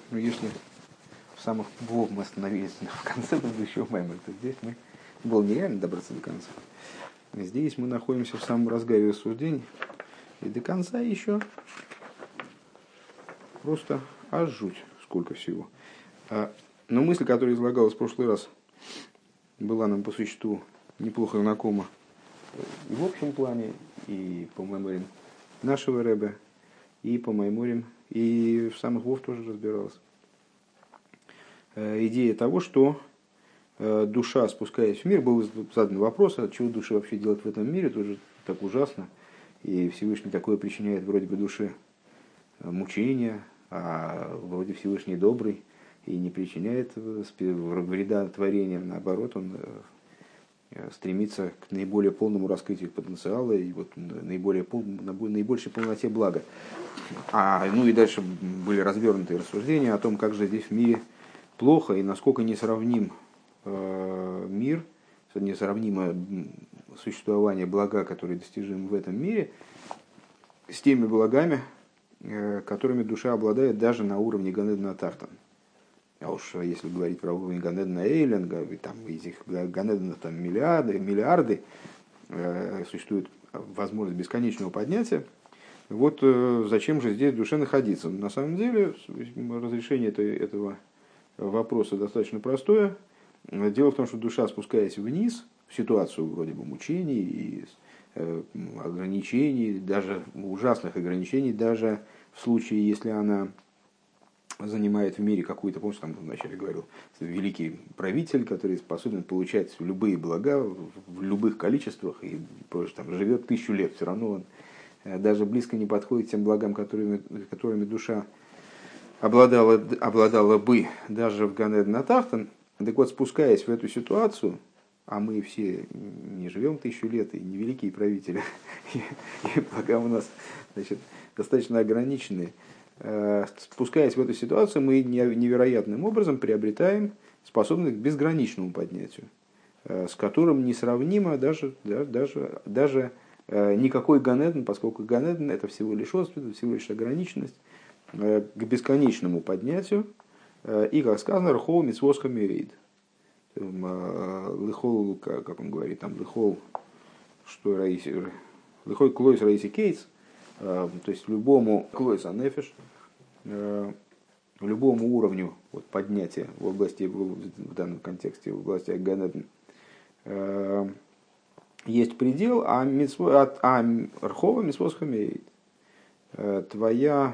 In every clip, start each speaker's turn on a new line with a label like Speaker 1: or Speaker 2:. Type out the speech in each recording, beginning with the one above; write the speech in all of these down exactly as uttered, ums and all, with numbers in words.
Speaker 1: Но если в самых Вов мы остановились в конце предыдущего маймера, то здесь мы было нереально добраться до конца. Здесь мы находимся в самом разгаре рассуждений. И до конца еще просто аж жуть, сколько всего. Но мысль, которая излагалась в прошлый раз, была нам по существу неплохо знакома и в общем плане, и по майморим нашего рэбе, и по майморим, и в самых Вов тоже разбиралась. Идея того, что душа, спускаясь в мир, был задан вопрос, а чего душе вообще делать в этом мире, тоже так ужасно. И Всевышний такое причиняет вроде бы душе мучения, а вроде Всевышний добрый и не причиняет вреда творениям. Наоборот, он стремится к наиболее полному раскрытию потенциала и вот наиболее пол, наибольшей полноте блага. А, ну и дальше были развернутые рассуждения о том, как же здесь в мире плохо и насколько несравним э, мир, несравнимо существование блага, которые достижимы в этом мире, с теми благами, э, которыми душа обладает даже на уровне Ганедна Тахтан. А уж если говорить про уровень Ганедна Эйлен, там этих Ганедна там миллиарды, миллиарды, э, существует возможность бесконечного поднятия. Вот э, зачем же здесь душе находиться? На самом деле разрешение это, этого вопроса достаточно простое. Дело в том, что душа, спускаясь вниз, в ситуацию вроде бы мучений и э, ограничений, даже ужасных ограничений, даже в случае, если она занимает в мире какую-то, помните, там вначале говорил, великий правитель, который способен получать любые блага в любых количествах и просто там живет тысячу лет, все равно он даже близко не подходит к тем благам, которыми, которыми душа обладала, обладала бы даже в Ганеден Тахтан. Так вот, спускаясь в эту ситуацию, а мы все не живем тысячу лет и не великие правители, и, и блага у нас, значит, достаточно ограниченные, спускаясь в эту ситуацию, мы невероятным образом приобретаем способность к безграничному поднятию, с которым несравнимо даже, даже, даже никакой Ганеден, поскольку Ганеден это всего лишь отсутствие, всего лишь ограниченность, к бесконечному поднятию. И, как сказано, рхол митцвос хамирид. Лыхол, как он говорит, там лыхол, что раиси, лыхой клойс раиси кейтс, то есть любому клойс анефиш, любому уровню вот, поднятия в области, в данном контексте, в области Ганеден, есть предел, а, митцво, а рхова митцвос хамирид. Твоя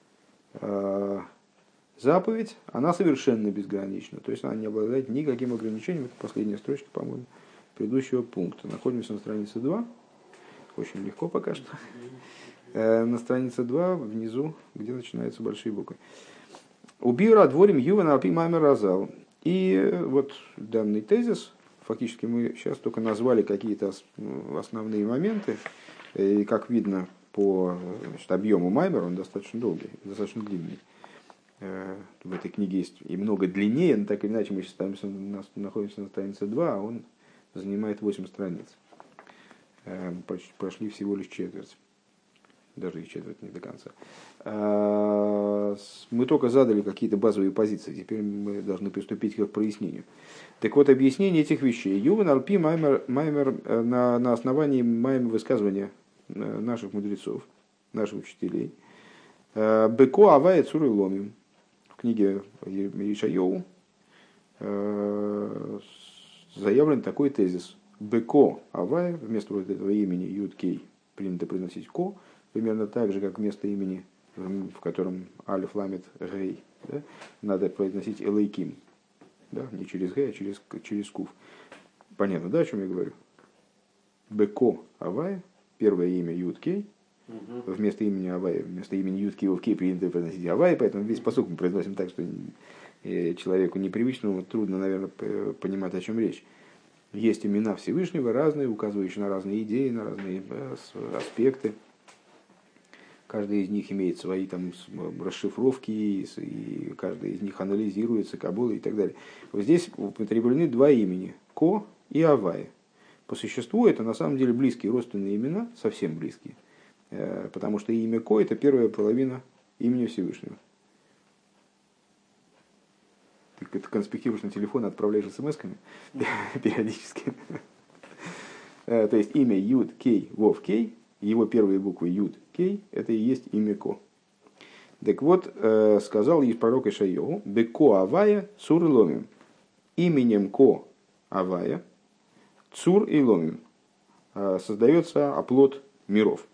Speaker 1: заповедь, она совершенно безгранична. То есть она не обладает никаким ограничением. Это последняя строчка, по-моему, предыдущего пункта. Находимся на странице два. Очень легко пока что. На странице два, внизу, где начинаются большие буквы. Убира дворим ювен алпи маймер разал. И вот данный тезис, фактически мы сейчас только назвали какие-то основные моменты. И как видно по, значит, объему маймера, он достаточно долгий, достаточно длинный. В этой книге есть и много длиннее, но так или иначе мы сейчас находимся на странице два, а он занимает восемь страниц. Прошли всего лишь четверть. Даже и четверть не до конца. Мы только задали какие-то базовые позиции, теперь мы должны приступить к их прояснению. Так вот, объяснение этих вещей. Ювен алпи маймер, маймер на, на основании маймер высказывания наших мудрецов, наших учителей. Беко авай цуры ломим. В книге Ишайоу заявлен такой тезис. Беко авай, вместо вот этого имени Юд-Кей принято произносить ко, примерно так же, как вместо имени, в котором Алиф Ламет Гей, да, надо произносить Элейким. Да, не через Гей, а через, через Кув. Понятно, да, о чем я говорю? Беко авай, первое имя Юд-Кей, вместо имени Авай, вместо имени Юд-Кей Вов-Кей принято произносить Авай, поэтому весь посук мы произносим так, что человеку непривычному трудно, наверное, понимать, о чем речь. Есть имена Всевышнего разные, указывающие на разные идеи, на разные аспекты. Каждый из них имеет свои там расшифровки, и каждый из них анализируется, Каббалой и так далее. Вот здесь употреблены два имени – Ко и Авай. По существу это на самом деле близкие родственные имена, совсем близкие. Потому что имя Ко – это первая половина имени Всевышнего. конспектируешь на телефон, отправляешь смс-ками периодически. То есть имя Юд Кей Вов Кей, его первые буквы Юд Кей, это и есть имя Ко. Так вот, сказал ей пророк Ишайяу: Беко Авая Цур и Ломим. Именем Ко Авая Цур и Ломим создается оплот миров.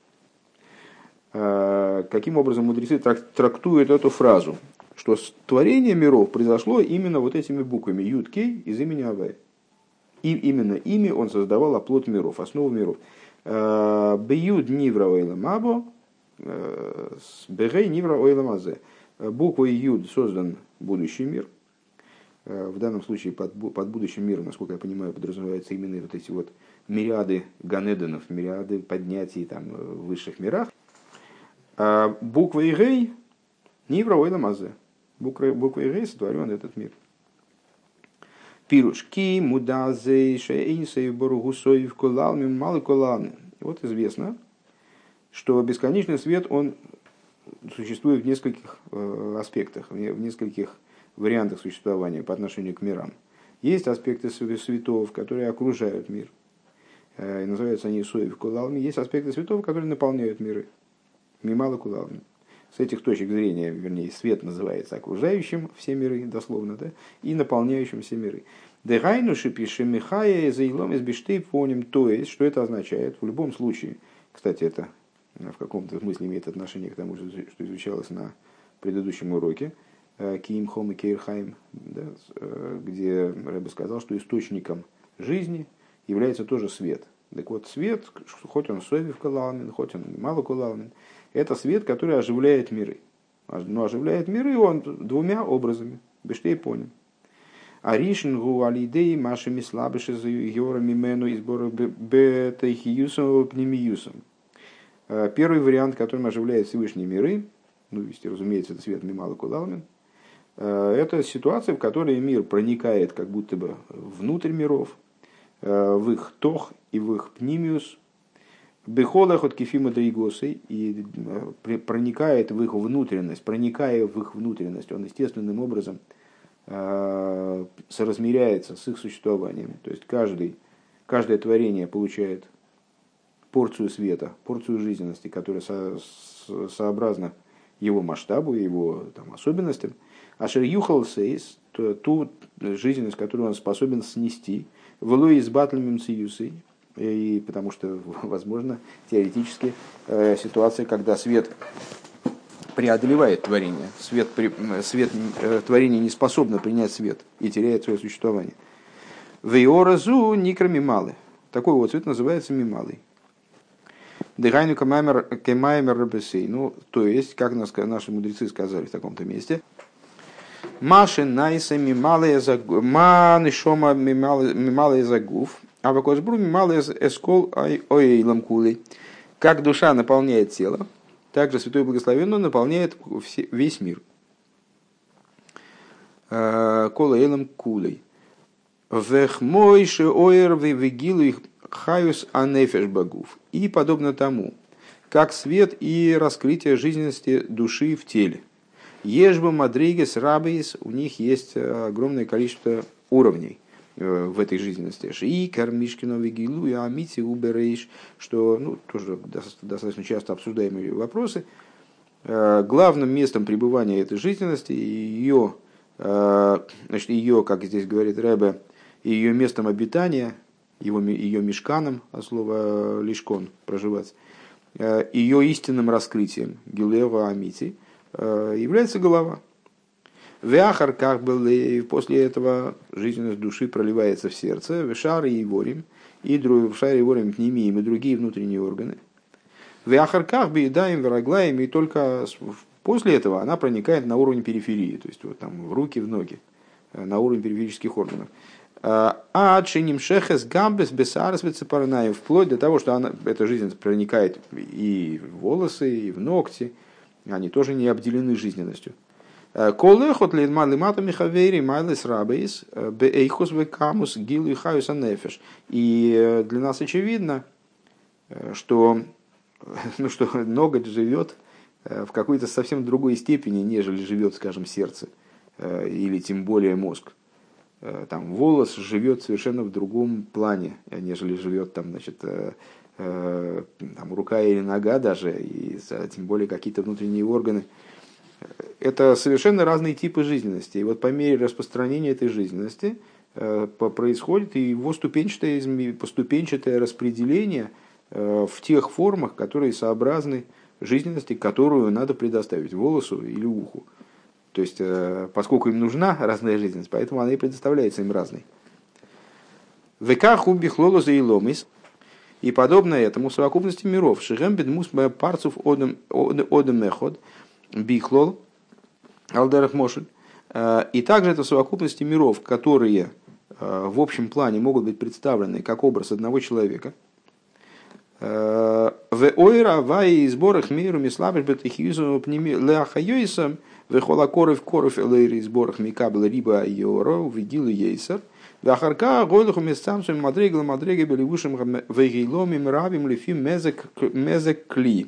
Speaker 1: Каким образом мудрецы трактуют эту фразу? Что творение миров произошло именно вот этими буквами Юд Кей из имени Авая. И именно ими он создавал оплот миров, основу миров. Бьюд Нивра Ойлам Або, Бегей Нивра Ойлам Азе. Буквой Юд создан будущий мир. В данном случае под, под будущим миром, насколько я понимаю, подразумеваются именно вот эти вот мириады ганедонов, мириады поднятий там, в высших мирах. А буквой Гей Нивра Ойлам Азе. Буквой Гей сотворен этот мир. Пирушки, мудазей, шейнсей, боругусой, вкулалми, малый кулалми. Вот известно, что бесконечный свет, он существует в нескольких э, аспектах, в нескольких вариантах существования по отношению к мирам. Есть аспекты светов, которые окружают мир. Э, называются они соев кулалми. Есть аспекты светов, которые наполняют миры. Мималы кулалми. С этих точек зрения, вернее, свет называется окружающим все миры, дословно, да, и наполняющим все миры. Дегайнуши пишем Михая заилом из биштей поним, то есть, что это означает, в любом случае, кстати, это в каком-то смысле имеет отношение к тому, что изучалось на предыдущем уроке, Киим Хом и Кейрхайм, да, где Рэбе сказал, что источником жизни является тоже свет. Так вот, свет, хоть он совев кулалмин, хоть он мало кулалмин, это свет, который оживляет миры. Но оживляет миры он двумя образами. Бештей поним. Аришин гу алидей машими слабыши за йорами мену и сбора бетайхиюсом пнемиюсом. Первый вариант, которым оживляет Всевышние миры, ну, если, разумеется, это свет мимала кулалмин, это ситуация, в которой мир проникает как будто бы внутрь миров, в их тох и в их пнимиус, бехолах от кефима даигосы, и проникает в их внутренность, проникая в их внутренность, он естественным образом э, соразмеряется с их существованием. То есть каждый, каждое творение получает порцию света, порцию жизненности, которая со, со, сообразна его масштабу, его там, особенностям. А шерюхал сейс, ту жизненность, которую он способен снести, влой с батлем мциюсой. И потому что, возможно, теоретически э, ситуация, когда свет преодолевает творение, свет, свет э, творение не способно принять свет и теряет свое существование. Вейоразу никра мималы. Такой вот цвет называется мималый. Дыхайну кемаймер рабесей. Ну, то есть, как нас, наши мудрецы сказали в таком-то месте. Маши найса мималая загуф. Ма нишома мималая загуф. А в Косбруме мало эскол оэйлам кулей. Как душа наполняет тело, так же Святой Благословенный наполняет весь мир. Кол оэйлам кулей. Вехмойши оэр вегилу хаюс анефеш багуф. И подобно тому, как свет и раскрытие жизненности души в теле. Ежба мадригес рабейс, у них есть огромное количество уровней в этой жизненности. И кармишкино вигилу и амити уберейш, что ну, тоже достаточно часто обсуждаемые вопросы. Главным местом пребывания этой жизненности, ее, значит, ее, как здесь говорит Ребе, ее местом обитания, его, ее мишканом, от слова лишкон, проживать, ее истинным раскрытием, гилева амити, является голова. Вяхар как был, и после этого жизненность души проливается в сердце, в шар и ворим, и в шаре и ворим пнемиим, и другие внутренние органы. Вяхар как бы едаем, враглаем, и только после этого она проникает на уровень периферии, то есть вот там в руки, в ноги, на уровень периферических органов. А чиним шехес гамбес бесарас вецепарнаев, вплоть до того, что она, эта жизнь проникает и в волосы, и в ногти, они тоже не обделены жизненностью. Колехот лимата михавери майлес рабейс бейхус векамус гил и хаюс анефеш. И для нас очевидно, что, ну, что ноготь живет в какой-то совсем другой степени, нежели живет, скажем, сердце или тем более мозг. там, волос живет совершенно в другом плане, нежели живет там, значит, там, рука или нога даже, и тем более какие-то внутренние органы. Это совершенно разные типы жизненности. И вот по мере распространения этой жизненности происходит и его ступенчатое, поступенчатое распределение в тех формах, которые сообразны жизненности, которую надо предоставить волосу или уху. То есть, поскольку им нужна разная жизненность, поэтому она и предоставляется им разной. Векаху бихлолоза и ломис. И подобно этому в совокупности миров. Шигем бедмус парцев одем эход. Бихлол, Алдерах Мошель. И также это в совокупности миров, которые в общем плане могут быть представлены как образ одного человека. В ойра вай сборах миру мислабиш бетихизу пними леахайойсам вехола коров коров элейри сборах микабла риба йоро видил ейсер вахарка гойлуху местамсу мадрегла мадрега беливушим вегиломи мравим лифи мезек мезек кли.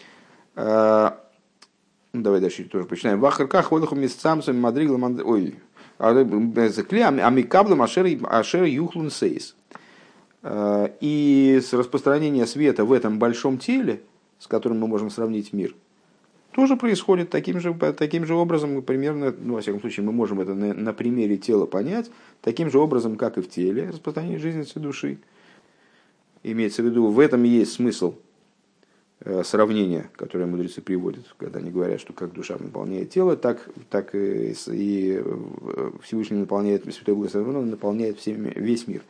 Speaker 1: Давай дальше тоже почитаем. Вахарка гойлуху местамсу мадрегла мадрега ой мезек кли амикабла ашер юхлун сейс. И с распространения света в этом большом теле, с которым мы можем сравнить мир, тоже происходит таким же, таким же образом, примерно, ну, во всяком случае, мы можем это на, на примере тела понять, таким же образом, как и в теле, распространение жизненности души. Имеется в виду, в этом есть смысл э, сравнения, которое мудрецы приводят, когда они говорят, что как душа наполняет тело, так, так и, и Всевышний наполняет, Святой Благословенный наполняет всеми, весь мир.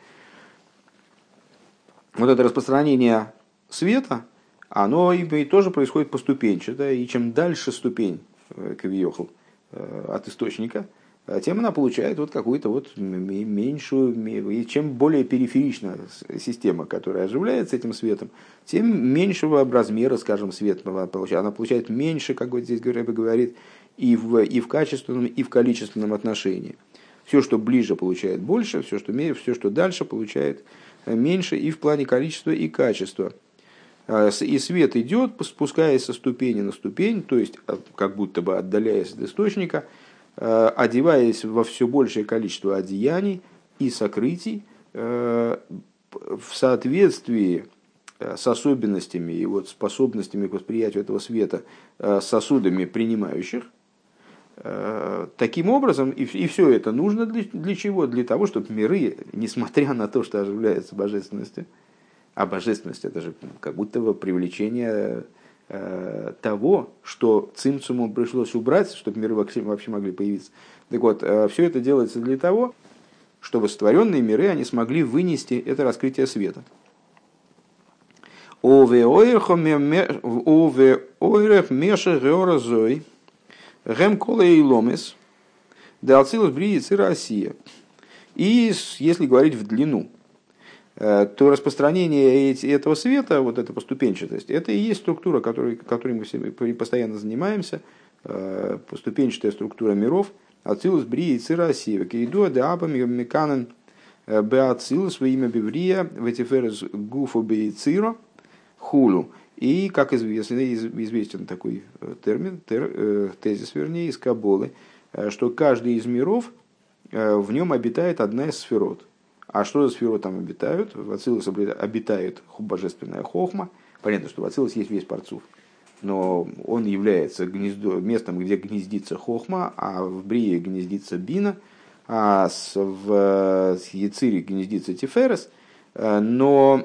Speaker 1: Вот это распространение света, оно и тоже происходит поступенчато, и чем дальше ступень кавиохл от источника, тем она получает вот какую-то вот меньшую, и чем более периферична система, которая оживляется этим светом, тем меньшего размера, скажем, свет она получает. Она получает меньше, как вот здесь Рэбе говорит, и в, и в качественном, и в количественном отношении. Все, что ближе, получает больше, все, что, все, что дальше, получает меньше и в плане количества и качества. И свет идет, спускаясь со ступени на ступень, то есть как будто бы отдаляясь от источника, одеваясь во все большее количество одеяний и сокрытий в соответствии с особенностями и вот способностями к восприятию этого света сосудами принимающих. Таким образом, и, и все это нужно для, для чего? Для того, чтобы миры, несмотря на то, что оживляются божественностью, а божественность это же как будто бы привлечение э, того, что цимцуму пришлось убрать, чтобы миры вообще, вообще могли появиться. Так вот, э, все это делается для того, чтобы сотворенные миры они смогли вынести это раскрытие света. Ове ойрх меша георазой. Гем кола и ломес, да ацилус брииц и Россия. И если говорить в длину, то распространение этого света, вот эта поступенчатость, это и есть структура, которой, которой мы постоянно занимаемся, поступенчатая структура миров, ацилус брииц и Россия. Кейдуа де аба меканен беацилус во имя биврия ветиферес гуфу бейциро хулу. И, как известно, известен такой термин, тер, тезис, вернее, из Каббалы, что каждый из миров, в нем обитает одна из сферот. А что за сферот там обитают? В Ацилус обитает божественная хохма. Понятно, что в Ацилус есть весь парцуф, но он является гнездо, местом, где гнездится хохма, а в Брие гнездится бина, а в Яцире гнездится тиферес. Но...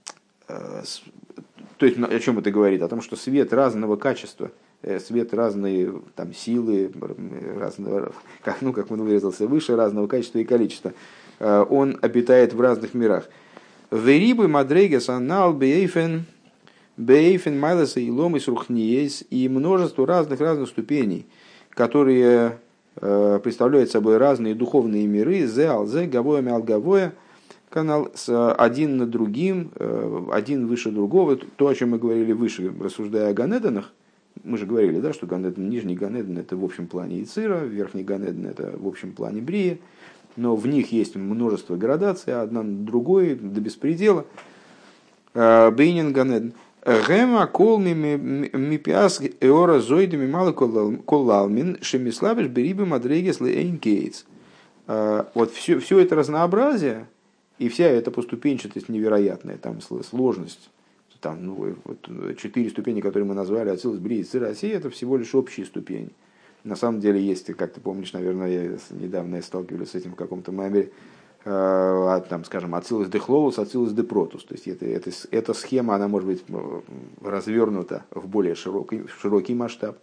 Speaker 1: То есть о чем это говорит? О том, что свет разного качества, свет разной там, силы, разного, как, ну, как он выразился, выше разного качества и количества, он обитает в разных мирах. Верибы мадрегес анал бейфен бейфен майлеса и ломис рухниес, и множество разных-разных ступеней, которые представляют собой разные духовные миры, зе алзе, гавоя мял гавоя, канал с один над другим, один выше другого. То, о чем мы говорили выше, рассуждая о Ганеденах, мы же говорили, да, что Ганеден, нижний Ганеден это в общем плане Ицира, верхний Ганеден это в общем плане Брия, но в них есть множество градаций, одна над другой до беспредела. Бейнин Ганеден. Гема колми мипиас эора зойдами мало колалмин шемислабиш берибы мадрегес лейн кейтс. Вот все, все это разнообразие и вся эта поступенчатость невероятная, там сложность, там, ну, вот, четыре ступени, которые мы назвали, Ацилус, Брия, Цира, Россия, это всего лишь общие ступени. На самом деле есть, как ты помнишь, наверное, я недавно я сталкивался с этим в каком-то мемере, э, там, скажем, Ацилус де Хлолус, Ацилус де Протус. То есть это, это, эта схема, она может быть развернута в более широкий, широкий масштаб.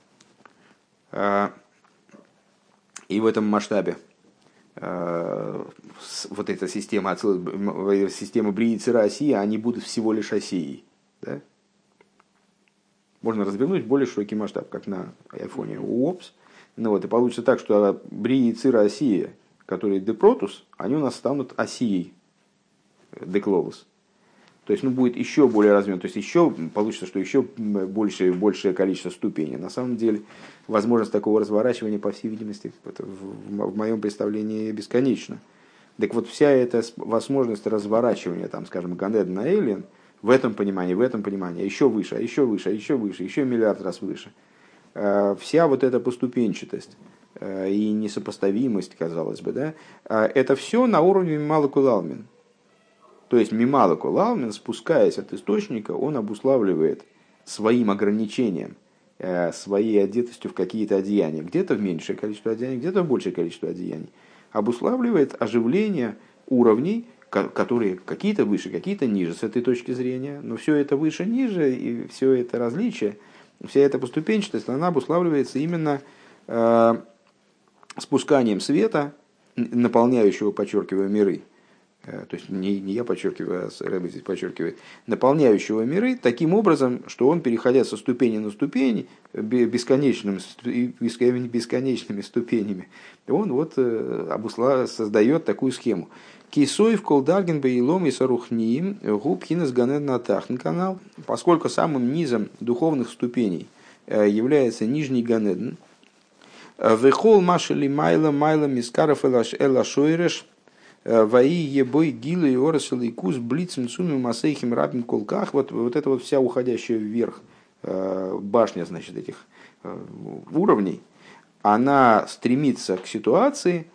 Speaker 1: И в этом масштабе вот эта система, система Брии, Цира, Осия, они будут всего лишь Осией. Да? Можно развернуть в более широкий масштаб, как на айфоне УОПС. Ну, вот, и получится так, что Брии, Цира, Осия, которые Депротус, они у нас станут Осией Деклолус. То есть, ну, будет еще более развернут. То есть, еще получится, что еще большее, большее количество ступеней. На самом деле, возможность такого разворачивания, по всей видимости, в, в моем представлении бесконечна. Так вот, вся эта возможность разворачивания, там, скажем, Ганед на Эйлен, в этом понимании, в этом понимании, еще выше, а еще выше, а еще выше, еще миллиард раз выше. Вся вот эта поступенчатость и несопоставимость, казалось бы, да, это все на уровне Мималакулалмин. То есть Мималакулалмин, спускаясь от источника, он обуславливает своим ограничением, своей одетостью в какие-то одеяния. Где-то в меньшее количество одеяний, где-то в большее количество одеяний. Обуславливает оживление уровней, которые какие-то выше, какие-то ниже с этой точки зрения. Но все это выше, ниже, и все это различие, вся эта поступенчатость, она обуславливается именно э, спусканием света, наполняющего, подчеркиваю, миры. То есть не, не я подчеркиваю, а Рэбе здесь подчеркивает, наполняющего миры таким образом, что он, переходя со ступени на ступень, бесконечными, бесконечными ступенями, он вот обусла, создает такую схему. Кисоев колдарген бейлом и сарухниим губ хинес ганед натахн канал, поскольку самым низом духовных ступеней является нижний ганедн. Вехол машели майла майла мискаров эла шойреш Ваи ебой гилы и орасил и кус блицем цуми масейхим рабим колках. Вот, вот это вот вся уходящая вверх башня, значит, этих уровней, она стремится к ситуации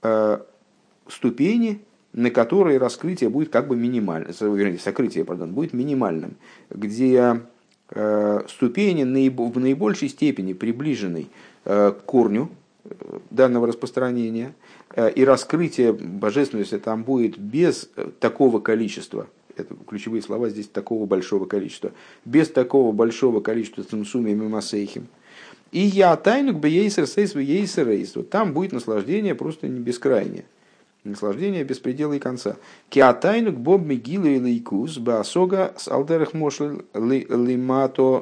Speaker 1: ступени, на которой раскрытие будет как бы минимальным, вернее, сокрытие, пардон, будет минимальным, где ступени в наибольшей степени приближены к корню данного распространения, и раскрытие божественности там будет без такого количества, это ключевые слова здесь, такого большого количества, без такого большого количества цимсуми мимасейхим. И я тайнук бы ейсер сейс в ейсер рейс. Вот там будет наслаждение просто не бескрайнее. Наслаждение без предела и конца. Киатайнук боб мигила и лейкус баасога с алдерах мошл лимато,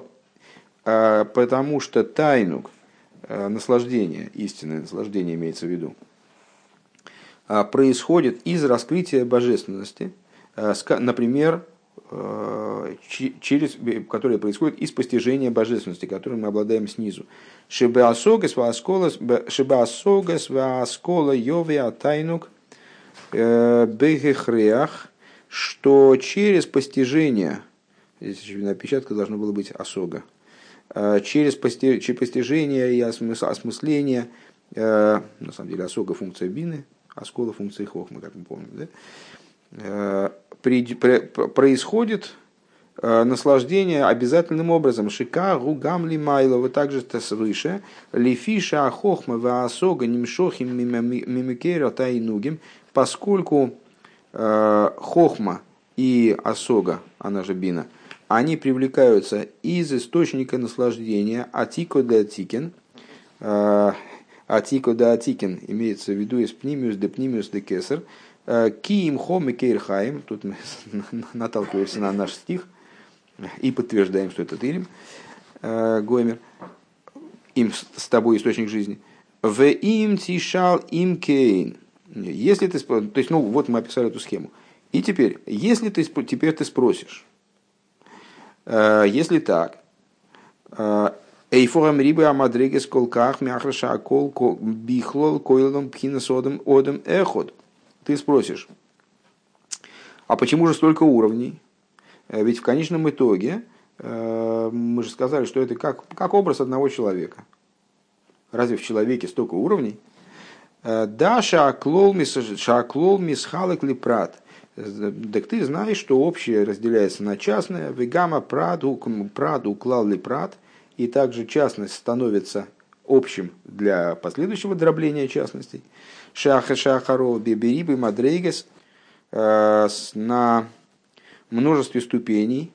Speaker 1: потому что тайнук, наслаждение, истинное наслаждение имеется в виду, происходит из раскрытия божественности, например, через, которое происходит из постижения божественности, которым мы обладаем снизу. Шебаасогас вааскола йовия тайнук бегехреах, что через постижение, здесь очевидно опечатка должно было быть осога, через постижение и осмысление, на самом деле осога функция бины, оскола функции хохмы, как мы помним, да? Происходит наслаждение обязательным образом. Шика гугам ли майлова, также свыше. Лифиша хохма ваасога нимшохим мимикера тайнугим, поскольку хохма и осога, она же бина, они привлекаются из источника наслаждения атико де атикен. Атико де атикен имеется в виду из пнимиус де пнимиус де кесар. Киим хом и кейрхаим. Тут мы наталкиваемся на наш стих и подтверждаем, что это Тилим Гоймер. Им с тобой источник жизни. В им тишал им кейн. Если ты, то есть, ну вот мы описали эту схему. И теперь, если ты теперь ты спросишь, если так, эйфорам рибы амадрегес колках мяхраша акол бихлол койлом пхинасодом одем эход. Ты спросишь, а почему же столько уровней? Ведь в конечном итоге мы же сказали, что это как, как образ одного человека. Разве в человеке столько уровней? Да, шааклол мисхалек ли прат. Так ты знаешь, что общее разделяется на частное. Вегама праду праду клал ли прат. И также частность становится общим для последующего дробления частностей. Шаха шахарол биберибы мадрейгес на множестве ступеней.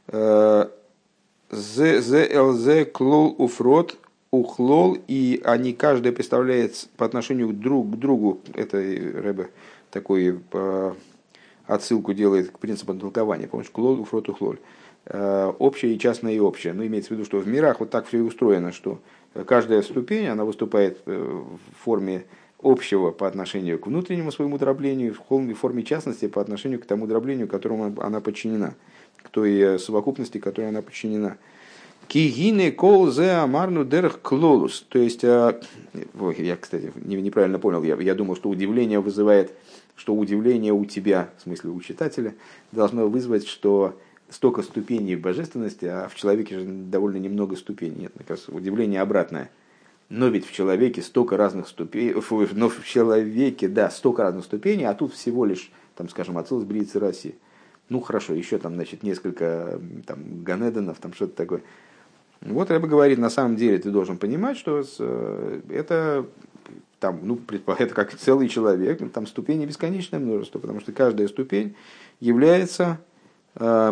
Speaker 1: ЗЛЗ клол уфрот ухлол, и они каждая представляет по отношению друг к другу, это Ребе такой отсылку делает к принципам толкования, помнишь, клол уфрот ухлоль, общее и частное и общее. Но имеется в виду, что в мирах вот так все и устроено, что каждая ступень, она выступает в форме общего по отношению к внутреннему своему дроблению, в форме частности по отношению к тому дроблению, которому она подчинена, к той совокупности, которой она подчинена. Кигины кол зе амарну дерх клолус. То есть, ой, я, кстати, неправильно понял, я, я думал, что удивление вызывает, что удивление у тебя, в смысле у читателя, должно вызвать, что столько ступеней в божественности, а в человеке же довольно немного ступеней. Нет, мне кажется, удивление обратное. Но ведь в человеке столько разных ступеней, но в человеке, да, столько разных ступеней, а тут всего лишь, там, скажем, Ацилус, Бриис и Россия. Ну, хорошо, еще там, значит, несколько там, Ганеденов, там что-то такое. Вот Ребе говорит, на самом деле ты должен понимать, что это, там, ну, это как целый человек, там ступени бесконечное множество, потому что каждая ступень является э,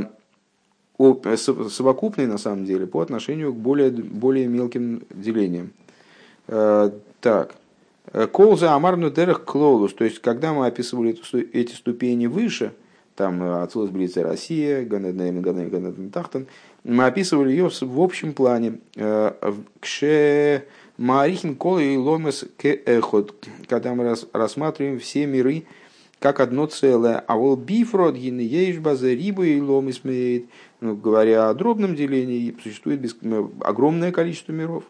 Speaker 1: совокупной, на самом деле, по отношению к более, более мелким делениям. Э, так. Колза амарну дерех клолус, то есть, когда мы описывали эти ступени выше, там Ацилус, Бриис и Россия, Ганеден, Ганеден, Ганеден, Тахтан, мы описывали ее в общем плане. Кше Маарихин Кола и Ломес Кеэхот, когда мы рассматриваем все миры как одно целое. А вол бифрод гин ейшбазе рибу и Ломес мейд. Говоря о дробном делении, существует огромное количество миров.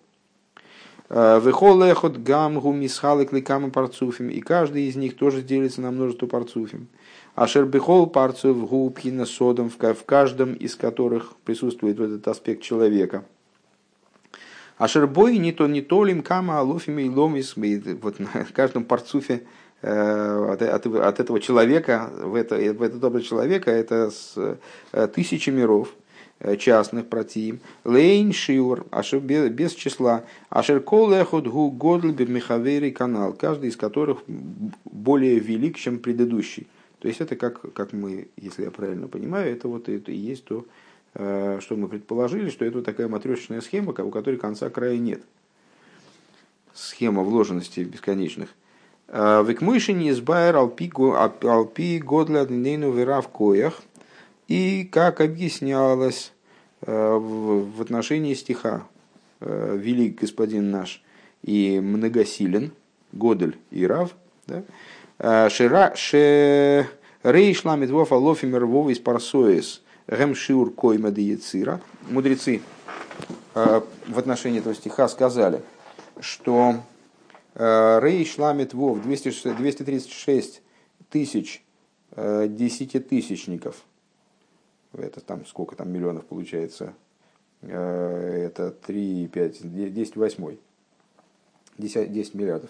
Speaker 1: Вехол эхот гам гу мисхалек ликама парцуфим, и каждый из них тоже делится на множество парцуфим. Ашер бихол парцуф гу пхина содом, в каждом из которых присутствует вот этот аспект человека. Ашер бой не то не то лим кама алофими и ломис, вот на каждом парцуфе от, от, от этого человека, в, это, в этот образ человека, это с тысячи миров частных против лейн шиур, ашер без, без числа, ашер кол эхот гу годл бимихавери канал, каждый из которых более велик, чем предыдущий. То есть это как, как мы, если я правильно понимаю, это вот это и есть то, что мы предположили, что это вот такая матрешечная схема, у которой конца края нет. Схема вложенностей бесконечных. Векмышини избайр алпи годля днейну вера в коях. И как объяснялось в отношении стиха «Велик господин наш и многосилен», Годель и Рав, да? Ше рейш ламит вов алофимер вов из парсоис гемшиур койма диецира. Мудрецы в отношении этого стиха сказали, что рейш ламит вов двести тридцать шесть тысяч десятитысячников, это там сколько там миллионов получается, это три, пять, десять восьмой, десять миллиардов.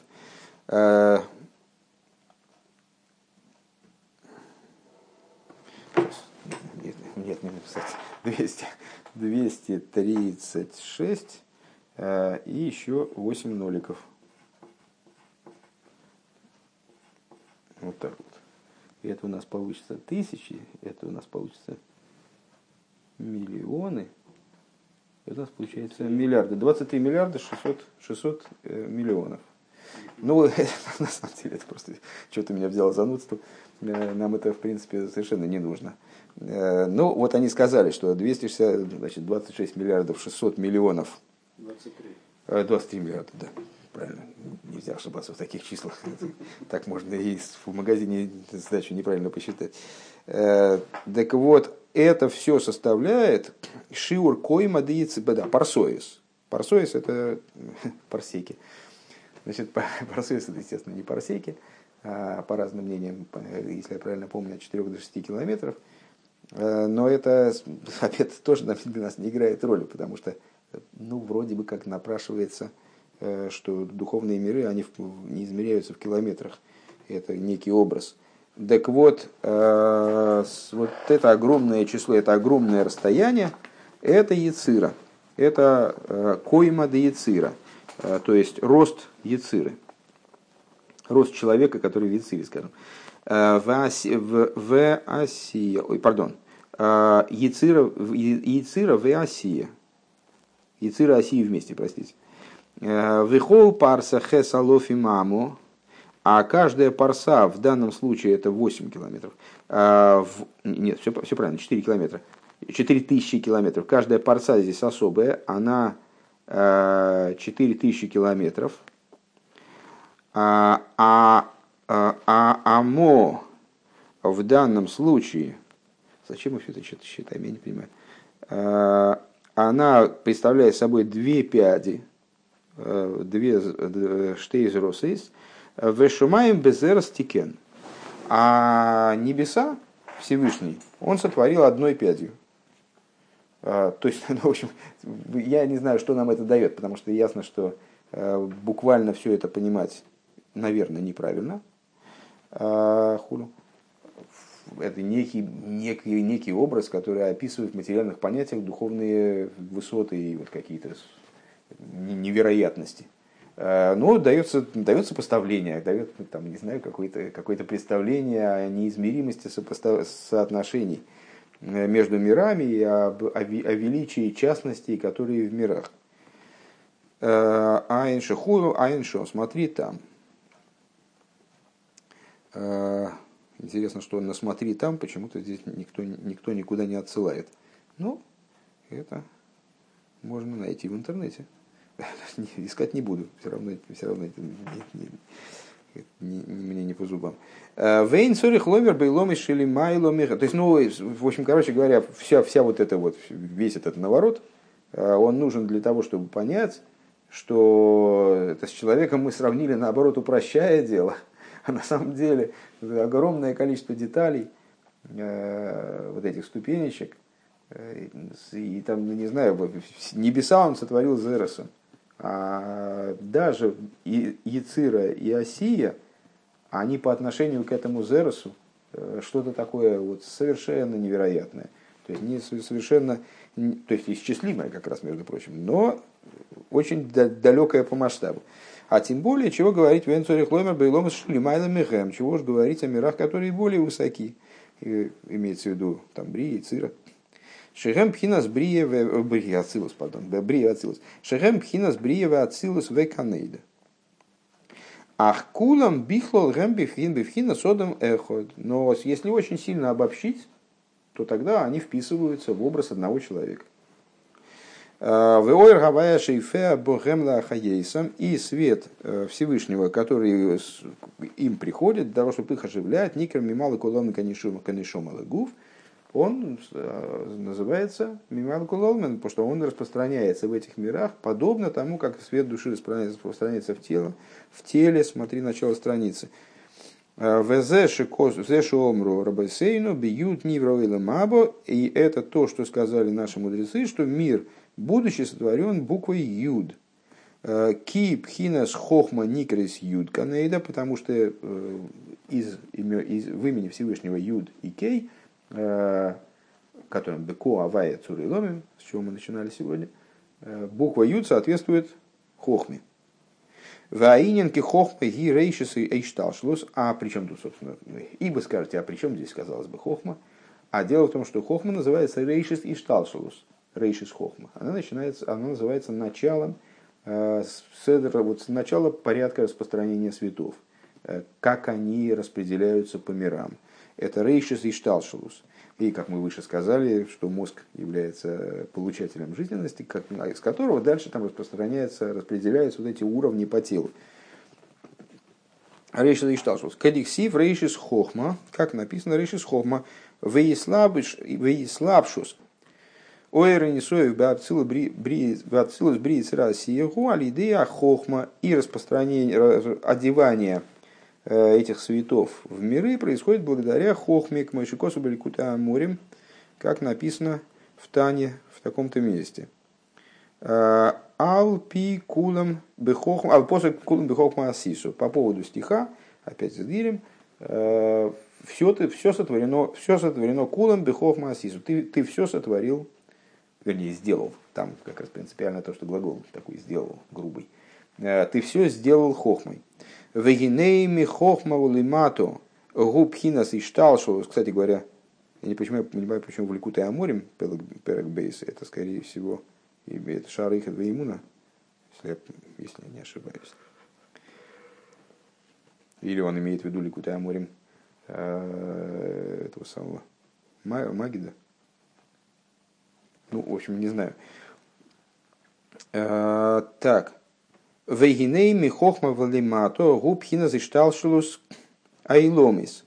Speaker 1: Нет, не написать. двести, двести тридцать шесть э, и еще восемь ноликов. Вот так вот. И это у нас получится тысячи, это у нас получится миллионы, это у нас получается миллиарды. двадцать три миллиарда шестьсот миллионов. Ну, это, на самом деле, это просто что-то меня взяло занудство. Нам это, в принципе, совершенно не нужно. Ну, вот они сказали, что двести шестьдесят, значит, двадцать шесть миллиардов шестьсот миллионов. двадцать три. двадцать три миллиарда, да. Правильно. Нельзя ошибаться в таких числах. Так можно и в магазине сдачу неправильно посчитать. Так вот, это все составляет шиур койма диец, да, парсоис. Парсоис — это парсеки. Значит, парсоис — это, естественно, не парсеки, а по разным мнениям, если я правильно помню, от четырёх до шести километров. Но это, опять, тоже для нас не играет роли, потому что, ну, вроде бы как напрашивается что духовные миры, они не измеряются в километрах. Это некий образ. Так вот, вот это огромное число, это огромное расстояние, это яцира. Это койма де яцира, то есть рост яциры. Рост человека, который в яцире, скажем. В Асия, ой, пардон, яцира, яцира в Асия. Яцира Асии вместе, простите. Вихол парса хесалофи маму, а каждая парса в данном случае это восемь километров. Нет, все, все правильно, четыре километра. четыре тысячи километров. Каждая парса здесь особая, она четыре тысячи километров. А, а, а, а амо в данном случае, зачем мы все это считаем, я не понимаю. Она представляет собой две пяди, две штейзросис, вешумаем безерс тикен. А небеса Всевышний он сотворил одной пядью. То есть, ну, в общем, я не знаю, что нам это дает, потому что ясно, что буквально все это понимать, наверное, неправильно. Хулю. Это некий, некий, некий образ, который описывает в материальных понятиях духовные высоты и вот какие-то невероятности. Но дается, дается поставление, дает, там, не знаю, какое-то, какое-то представление о неизмеримости сопостав... соотношений между мирами и об, о, о величии частностей, которые в мирах. Айншо хулу, айншо, смотри там. Интересно, что на «смотри там» почему-то здесь никто, никто никуда не отсылает. Ну, это можно найти в интернете. Искать не буду, все равно, все равно это не, не, не, мне не по зубам. Вейн сорих ломер бейлом и шелимайло меха. То есть, ну, в общем, короче говоря, вся, вся вот эта вот, весь этот наворот, он нужен для того, чтобы понять, что это с человеком мы сравнили, наоборот, упрощая дело. А на самом деле огромное количество деталей, э, вот этих ступенечек, э, и там, не знаю, небеса он сотворил зеросом, а даже и Яцира и Осия, они по отношению к этому зеросу э, что-то такое вот совершенно невероятное, то есть не совершенно, то есть исчислимое как раз, между прочим, но очень далекое по масштабу. А тем более, чего говорить, чего уж говорить о мирах, которые более высоки, имеется в виду там Брия и Цира. Шехем пхинас Брия в Ацилус, пардон, Брия Ацилус. Шехем пхинас Брия в Ацилус в Канейда. Ах кулам бихлол гэм бифхин бифхина содом эход. Но если очень сильно обобщить, то тогда они вписываются в образ одного человека. И свет Всевышнего, который им приходит, для того, чтобы их оживлять, никер мималы кулон канишом алагув, он называется мималы кулон, потому что он распространяется в этих мирах, подобно тому, как свет души распространяется в теле, в теле, смотри начало страницы. И это то, что сказали наши мудрецы, что мир будущий сотворен буквой Юд. Ки пхинас хохма никрис Юд канейда, потому что из, из, в имени Всевышнего Юд и Кей, которым Беко Авая Цуриломим, с чего мы начинали сегодня, буква Юд соответствует хохме. Ваиненки хохма ги рейшис и эйшталшлус. А при чем тут, собственно, и вы скажете, а при чем здесь, казалось бы, хохма? А дело в том, что хохма называется рейшис и шталшулус. Рейшис хохма. Она, начинается, она называется началом, э, седра, вот, начало порядка распространения светов. Э, как они распределяются по мирам. Это рейшис и шталшулус. И, как мы выше сказали, что мозг является получателем жизненности, как, из которого дальше там распространяется, распределяются вот эти уровни по телу. Рейшис и шталшулус. Кадиксив рейшис хохма. Как написано рейшис хохма. Вейслабшус. Ойренисоев беацилус бриицера сиегу алидея хохма. И распространение, одевание этих светов в миры происходит благодаря хохме к Мойшикосу Баликута Амурим, как написано в Тане в таком-то месте. Алпи кулам бехохм, а после кулам бехохма асису. По поводу стиха, опять задвинем, все, ты, все сотворено, все сотворено кулам бехохма асису. Ты, ты все сотворил, вернее, сделал. Там как раз принципиально то, что глагол такой сделал, грубый. Ты все сделал хохмой. Вегинейми хохма улимато губхинас и шталшус. Кстати говоря, я не понимаю, не понимаю, почему в Ликуте Аморим перек бейс, это скорее всего это Шара Ихад Веймуна, если я, если я не ошибаюсь. Или он имеет в виду Ликуте Аморим этого самого Магида. Ну, в общем, не знаю. Так. Вейгиней михохма валимато губхина зишталшулус айломис.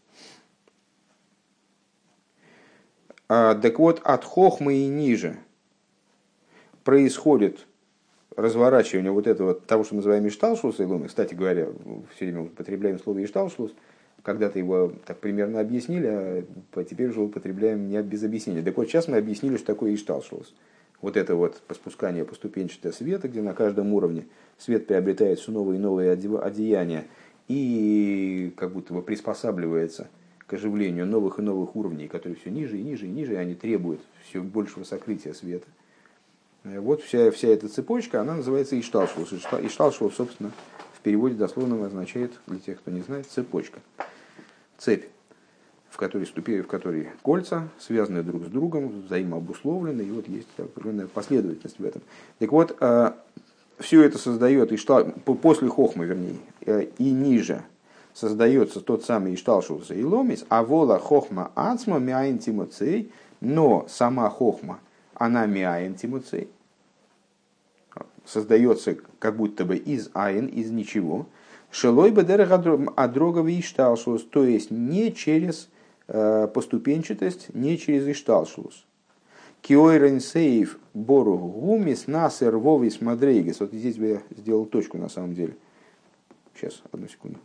Speaker 1: Так вот, от хохмы и ниже происходит разворачивание вот этого, того, что мы называем ишталшулус айломис. Кстати говоря, все время употребляем слово ишталшулус. Когда-то его так примерно объяснили, а теперь уже употребляем не без объяснения. Так вот, сейчас мы объяснили, что такое ишталшулус. Вот это вот спускание поступенчатого света, где на каждом уровне свет приобретает все новые и новые одеяния и как будто бы приспосабливается к оживлению новых и новых уровней, которые все ниже и ниже и ниже, и они требуют все большего сокрытия света. Вот вся, вся эта цепочка, она называется ишталшулус. Ишталшулус, собственно, в переводе дословном означает, для тех, кто не знает, цепочка. Цепь, в которой ступени, в которой кольца связаны друг с другом, взаимообусловлены, и вот есть определенная последовательность в этом. Так вот, все это создает, иштал, после хохмы, вернее, и ниже создается тот самый ишталшулус и ломис, а вола хохма ацма миаин тимоцей, но сама хохма, она миаин тимоцей, создается как будто бы из айн, из ничего, шелой бедерех адроговый ишталшулус, то есть не через поступенчатость, не через ишталшулус. Киойрен сейф бору гумис насер вовис мадрейгес. Вот здесь бы я сделал точку на самом деле. Сейчас, одну секунду.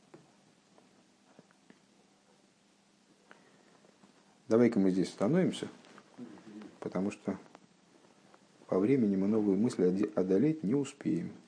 Speaker 1: Давай-ка мы здесь остановимся, потому что по времени мы новую мысль одолеть не успеем.